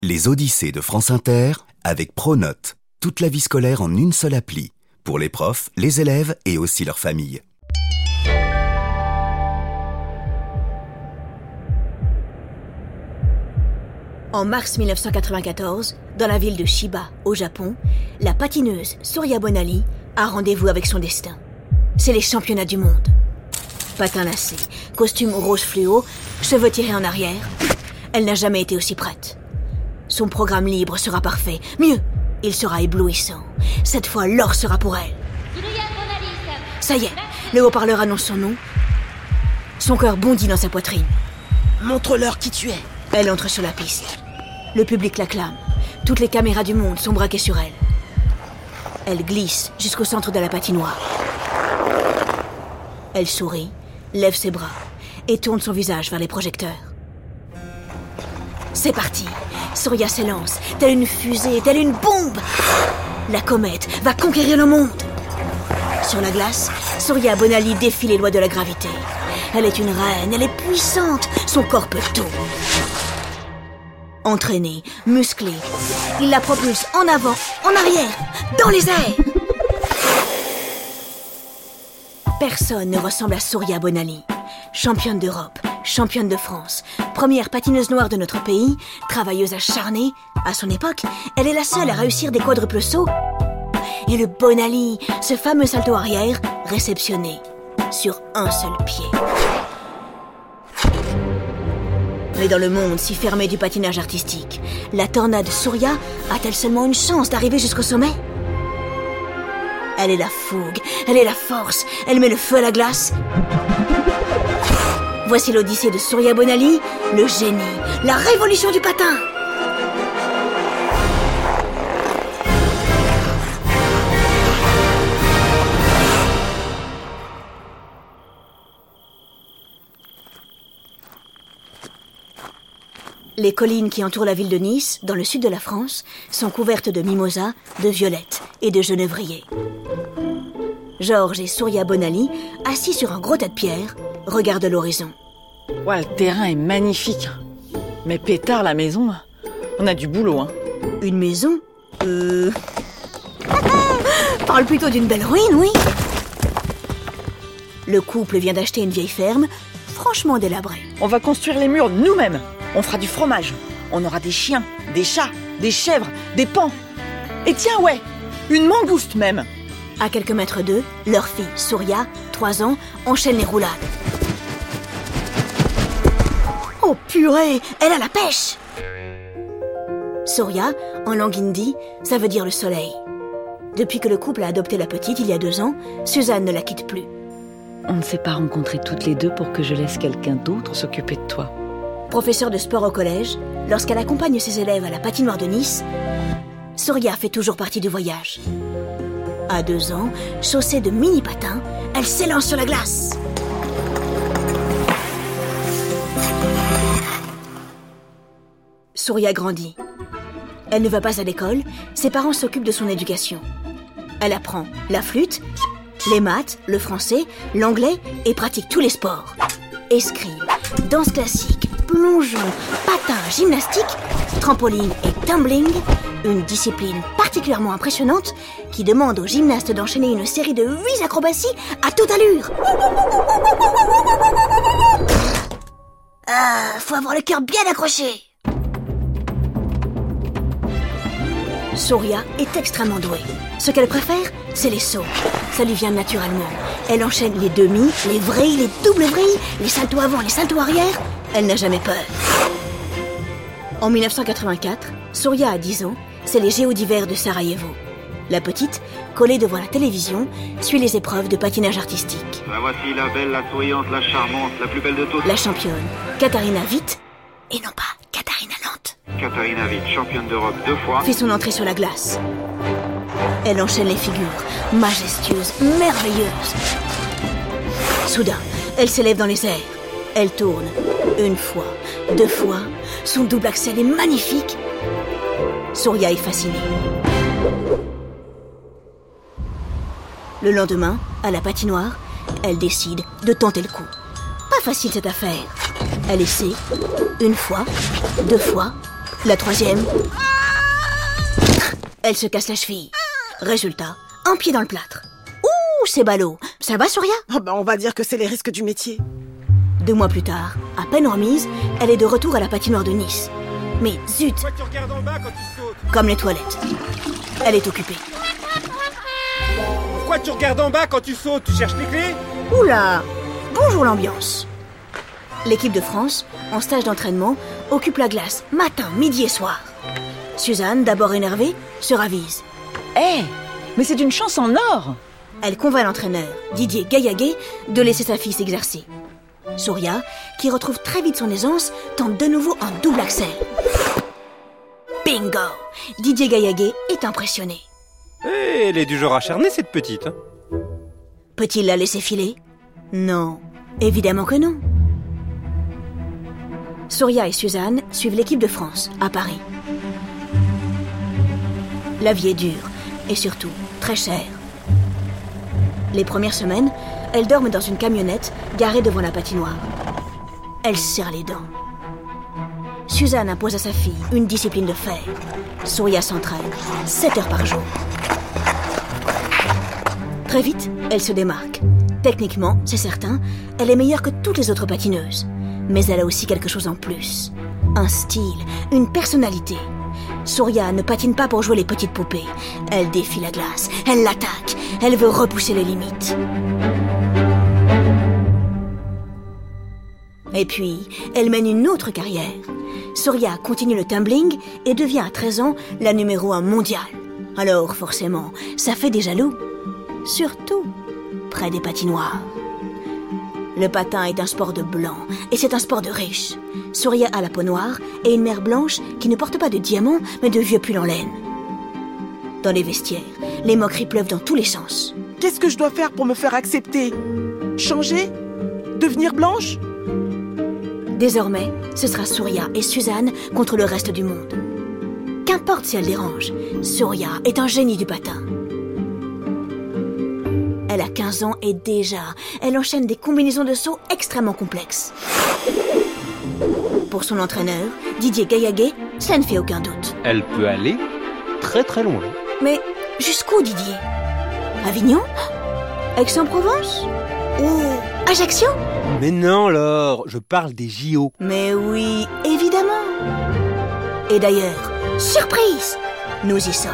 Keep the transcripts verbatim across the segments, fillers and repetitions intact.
Les Odyssées de France Inter avec Pronote. Toute la vie scolaire en une seule appli. Pour les profs, les élèves et aussi leurs familles. En mars mille neuf cent quatre-vingt-quatorze, dans la ville de Chiba, au Japon, la patineuse Surya Bonaly a rendez-vous avec son destin. C'est les championnats du monde. Patin lacé, costume rose fluo, cheveux tirés en arrière. Elle n'a jamais été aussi prête. Son programme libre sera parfait. Mieux, il sera éblouissant. Cette fois, l'or sera pour elle. Ça y est, le haut-parleur annonce son nom. Son cœur bondit dans sa poitrine. Montre-leur qui tu es. Elle entre sur la piste. Le public l'acclame. Toutes les caméras du monde sont braquées sur elle. Elle glisse jusqu'au centre de la patinoire. Elle sourit, lève ses bras et tourne son visage vers les projecteurs. C'est parti. Surya s'élance, telle une fusée, telle une bombe. La comète va conquérir le monde. Sur la glace, Surya Bonaly défie les lois de la gravité. Elle est une reine, elle est puissante, son corps peut tout. Entraîné, musclé, il la propulse en avant, en arrière, dans les airs. Personne ne ressemble à Surya Bonaly. Championne d'Europe, championne de France, première patineuse noire de notre pays, travailleuse acharnée. À son époque, elle est la seule à réussir des quadruples sauts. Et le Bonaly, ce fameux salto arrière, réceptionné sur un seul pied. Mais dans le monde si fermé du patinage artistique, la tornade Surya a-t-elle seulement une chance d'arriver jusqu'au sommet ? Elle est la fougue, elle est la force, elle met le feu à la glace. Voici l'Odyssée de Surya Bonaly, le génie, la révolution du patin. Les collines qui entourent la ville de Nice, dans le sud de la France, sont couvertes de mimosas, de violettes et de genévriers. Georges et Surya Bonaly, assis sur un gros tas de pierres, regardent l'horizon. Ouais, le terrain est magnifique. Mais pétard, la maison, on a du boulot, hein. Une maison ? Euh... Parle plutôt d'une belle ruine, oui. Le couple vient d'acheter une vieille ferme, franchement délabrée. On va construire les murs nous-mêmes. On fera du fromage. On aura des chiens, des chats, des chèvres, des paons. Et tiens, ouais, une mangouste même. À quelques mètres d'eux, leur fille, Surya, trois ans, enchaîne les roulades. Oh purée, elle a la pêche! Surya, en langue hindi, ça veut dire le soleil. Depuis que le couple a adopté la petite il y a deux ans, Suzanne ne la quitte plus. On ne s'est pas rencontrés toutes les deux pour que je laisse quelqu'un d'autre s'occuper de toi. Professeure de sport au collège, lorsqu'elle accompagne ses élèves à la patinoire de Nice, Surya fait toujours partie du voyage. À deux ans, chaussée de mini-patins, elle s'élance sur la glace. Surya grandit. Elle ne va pas à l'école, ses parents s'occupent de son éducation. Elle apprend la flûte, les maths, le français, l'anglais et pratique tous les sports. Escrime, danse classique, plongeon, patin, gymnastique, trampoline et tumbling, une discipline particulièrement impressionnante qui demande aux gymnastes d'enchaîner une série de huit acrobaties à toute allure. Ah, faut avoir le cœur bien accroché. Surya est extrêmement douée. Ce qu'elle préfère, c'est les sauts. Ça lui vient naturellement. Elle enchaîne les demi, les vrilles, les doubles vrilles, les saltos avant, les saltos arrière. Elle n'a jamais peur. En mille neuf cent quatre-vingt-quatre, Surya a dix ans, c'est les Jeux d'hiver de Sarajevo. La petite, collée devant la télévision, suit les épreuves de patinage artistique. La voici la belle, la souriante, la charmante, la plus belle de toutes. La championne, Katarina Witt, et non pas Katarina Lente. Katarina Witt, championne d'Europe deux fois, fait son entrée sur la glace. Elle enchaîne les figures, majestueuses, merveilleuses. Soudain, elle s'élève dans les airs. Elle tourne, une fois, deux fois. Son double axel est magnifique. Surya est fascinée. Le lendemain, à la patinoire, elle décide de tenter le coup. Pas facile cette affaire. Elle essaie, une fois, deux fois, La troisième, elle se casse la cheville. Résultat, un pied dans le plâtre. Ouh, c'est ballot. Ça va, Surya? Oh bah on va dire que c'est les risques du métier. Deux mois plus tard, à peine remise, elle est de retour à la patinoire de Nice. Mais zut, Pourquoi tu regardes en bas quand tu sautes? comme les toilettes. Elle est occupée. Pourquoi tu regardes en bas quand tu sautes? Tu cherches les clés? Oula, bonjour l'ambiance. L'équipe de France, en stage d'entraînement, occupe la glace matin, midi et soir. Suzanne, d'abord énervée, se ravise. Eh, hey, mais c'est une chance en or. Elle convainc l'entraîneur, Didier Gaillaguet, de laisser sa fille s'exercer. Surya, qui retrouve très vite son aisance, tente de nouveau un double axel. Bingo! Didier Gaillaguet est impressionné. Eh, elle est du genre acharnée, cette petite. Hein. Peut-il la laisser filer? Non, évidemment que non. Surya et Suzanne suivent l'équipe de France à Paris. La vie est dure et surtout très chère. Les premières semaines, elles dorment dans une camionnette garée devant la patinoire. Elle serre les dents. Suzanne impose à sa fille une discipline de fer. Surya s'entraîne sept heures par jour. Très vite, elle se démarque. Techniquement, c'est certain, elle est meilleure que toutes les autres patineuses. Mais elle a aussi quelque chose en plus. Un style, une personnalité. Surya ne patine pas pour jouer les petites poupées. Elle défie la glace, elle l'attaque, elle veut repousser les limites. Et puis, elle mène une autre carrière. Surya continue le tumbling et devient à treize ans la numéro un mondiale. Alors, forcément, ça fait des jaloux. Surtout près des patinoires. Le patin est un sport de blanc et c'est un sport de riche. Surya a la peau noire et une mère blanche qui ne porte pas de diamants mais de vieux pulls en laine. Dans les vestiaires, les moqueries pleuvent dans tous les sens. Qu'est-ce que je dois faire pour me faire accepter? Changer? Devenir blanche? Désormais, ce sera Surya et Suzanne contre le reste du monde. Qu'importe si elle dérange, Surya est un génie du patin. Elle a quinze ans et déjà, elle enchaîne des combinaisons de sauts extrêmement complexes. Pour son entraîneur, Didier Gaillaguet, ça ne fait aucun doute. Elle peut aller très très loin. Mais jusqu'où, Didier? Avignon? Aix-en-Provence? Ou Ajaccio? Mais non, Laure, je parle des J O. Mais oui, évidemment. Et d'ailleurs, surprise, nous y sommes.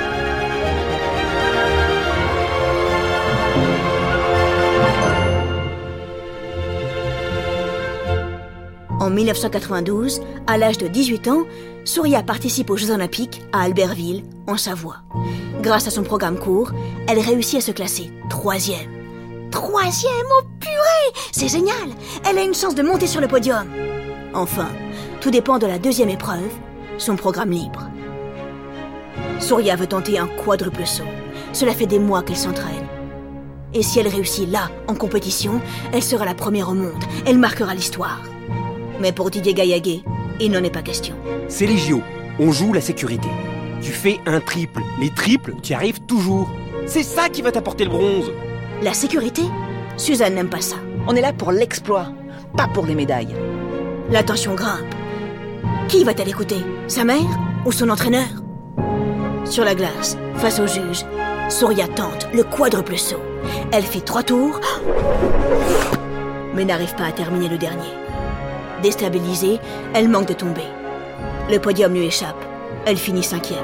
En mille neuf cent quatre-vingt-douze, à l'âge de dix-huit ans, Surya participe aux Jeux Olympiques à Albertville, en Savoie. Grâce à son programme court, elle réussit à se classer troisième. Troisième, oh purée! C'est génial! Elle a une chance de monter sur le podium. Enfin, tout dépend de la deuxième épreuve, son programme libre. Surya veut tenter un quadruple saut. Cela fait des mois qu'elle s'entraîne. Et si elle réussit là, en compétition, elle sera la première au monde. Elle marquera l'histoire. Mais pour Didier Gaillaguet, il n'en est pas question. C'est les J O. On joue la sécurité. Tu fais un triple. Les triples, tu y arrives toujours. C'est ça qui va t'apporter le bronze. La sécurité? Suzanne n'aime pas ça. On est là pour l'exploit, pas pour les médailles. La tension grimpe. Qui va-t-elle écouter? Sa mère ou son entraîneur? Sur la glace, face au juge, Surya tente le quadruple saut. Elle fait trois tours, mais n'arrive pas à terminer le dernier. Déstabilisée, elle manque de tomber. Le podium lui échappe. Elle finit cinquième.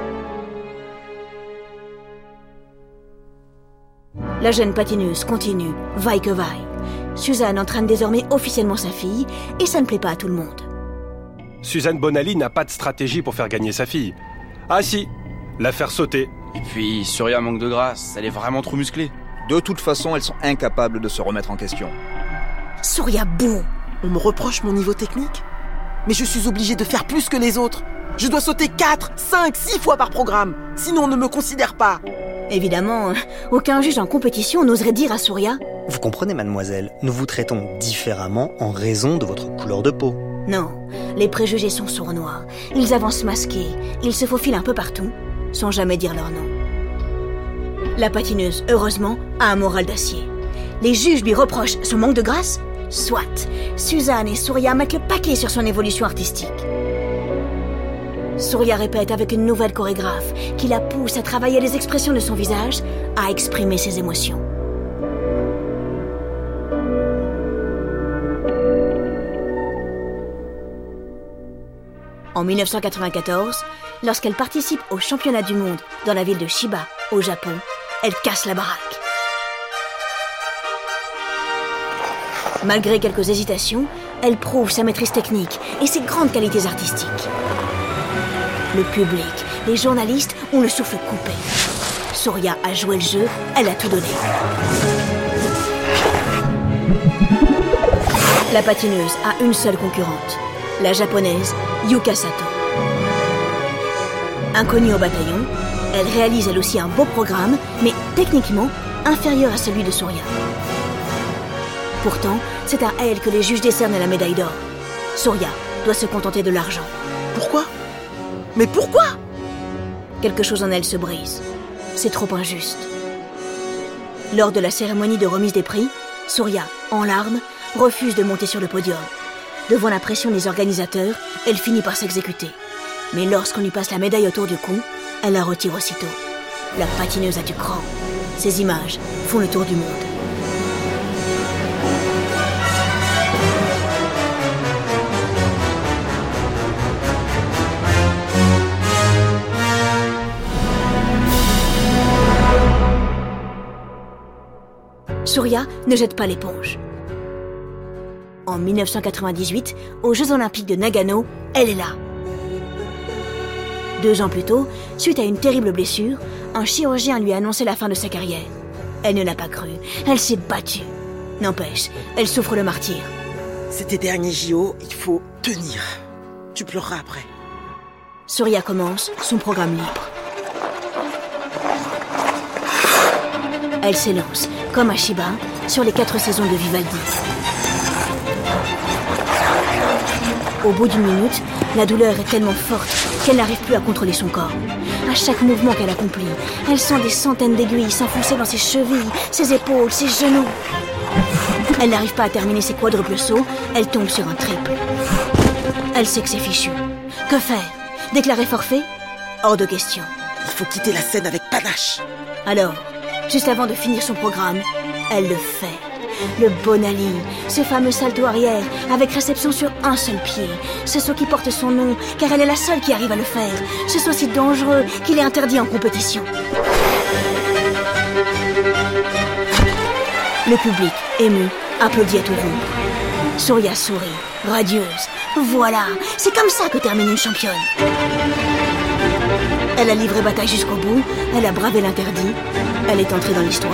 La jeune patineuse continue, vaille que vaille. Suzanne entraîne désormais officiellement sa fille et ça ne plaît pas à tout le monde. Suzanne Bonali n'a pas de stratégie pour faire gagner sa fille. Ah si, la faire sauter. Et puis, Surya manque de grâce, elle est vraiment trop musclée. De toute façon, elles sont incapables de se remettre en question. Surya boum. On me reproche mon niveau technique? Mais je suis obligé de faire plus que les autres. Je dois sauter quatre, cinq, six fois par programme. Sinon, on ne me considère pas. Évidemment, aucun juge en compétition n'oserait dire à Surya: Vous comprenez, mademoiselle, nous vous traitons différemment en raison de votre couleur de peau. Non, les préjugés sont sournois. Ils avancent masqués, ils se faufilent un peu partout, sans jamais dire leur nom. La patineuse, heureusement, a un moral d'acier. Les juges lui reprochent son manque de grâce? Soit. Suzanne et Surya mettent le paquet sur son évolution artistique. Surya répète avec une nouvelle chorégraphe qui la pousse à travailler les expressions de son visage, à exprimer ses émotions. En mille neuf cent quatre-vingt-quatorze, lorsqu'elle participe au championnat du monde dans la ville de Chiba, au Japon, elle casse la baraque. Malgré quelques hésitations, elle prouve sa maîtrise technique et ses grandes qualités artistiques. Le public, les journalistes ont le souffle coupé. Surya a joué le jeu, elle a tout donné. La patineuse a une seule concurrente, la japonaise Yuka Sato. Inconnue au bataillon, elle réalise elle aussi un beau programme, mais techniquement inférieur à celui de Surya. Pourtant, c'est à elle que les juges décernent la médaille d'or. Surya doit se contenter de l'argent. Pourquoi ? Mais pourquoi ? Quelque chose en elle se brise. C'est trop injuste. Lors de la cérémonie de remise des prix, Surya, en larmes, refuse de monter sur le podium. Devant la pression des organisateurs, elle finit par s'exécuter. Mais lorsqu'on lui passe la médaille autour du cou, elle la retire aussitôt. La patineuse a du cran. Ces images font le tour du monde. Surya ne jette pas l'éponge. En mille neuf cent quatre-vingt-dix-huit, aux Jeux Olympiques de Nagano, elle est là. Deux ans plus tôt, suite à une terrible blessure, un chirurgien lui a annoncé la fin de sa carrière. Elle ne l'a pas cru, elle s'est battue. N'empêche, elle souffre le martyre. C'est tes derniers J O, il faut tenir. Tu pleureras après. Surya commence son programme libre. Elle s'élance, comme à Chiba, sur les quatre saisons de Vivaldi. Au bout d'une minute, la douleur est tellement forte qu'elle n'arrive plus à contrôler son corps. À chaque mouvement qu'elle accomplit, elle sent des centaines d'aiguilles s'enfoncer dans ses chevilles, ses épaules, ses genoux. Elle n'arrive pas à terminer ses quadruples sauts, elle tombe sur un triple. Elle sait que c'est fichu. Que faire ? Déclarer forfait ? Hors de question. Il faut quitter la scène avec panache. Alors, juste avant de finir son programme, elle le fait. Le Bonali, ce fameux salto arrière avec réception sur un seul pied. Ce saut qui porte son nom, car elle est la seule qui arrive à le faire. Ce saut si dangereux qu'il est interdit en compétition. Le public, ému, applaudit à tout rompre. Surya sourit, radieuse. Voilà, c'est comme ça que termine une championne. Elle a livré bataille jusqu'au bout, elle a bravé l'interdit, elle est entrée dans l'histoire.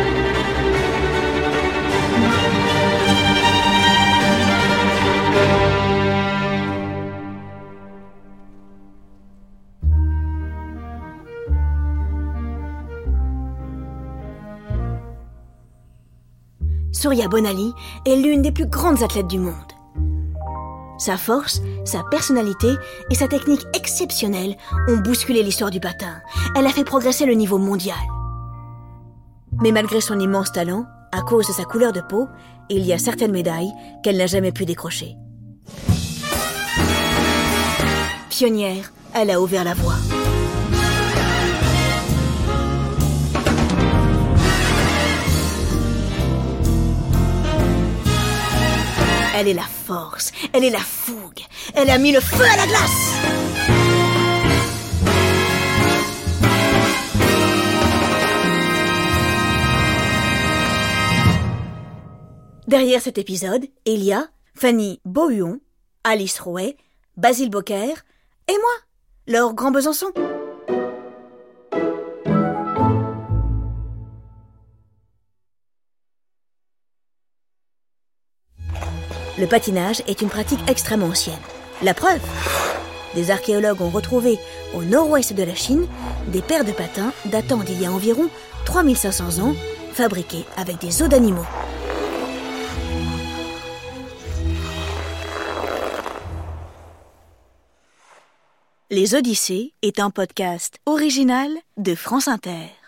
Surya Bonali est l'une des plus grandes athlètes du monde. Sa force, sa personnalité et sa technique exceptionnelle ont bousculé l'histoire du patin. Elle a fait progresser le niveau mondial. Mais malgré son immense talent, à cause de sa couleur de peau, il y a certaines médailles qu'elle n'a jamais pu décrocher. Pionnière, elle a ouvert la voie. Elle est la force, elle est la fougue, elle a mis le feu à la glace. Derrière cet épisode, il y a Fanny Beauhuon, Alice Rouet, Basile Bocquer et moi, Laure Grand-Besançon. Le patinage est une pratique extrêmement ancienne. La preuve ? Des archéologues ont retrouvé, au nord-ouest de la Chine, des paires de patins datant d'il y a environ trois mille cinq cents ans, fabriqués avec des os d'animaux. Les Odyssées est un podcast original de France Inter.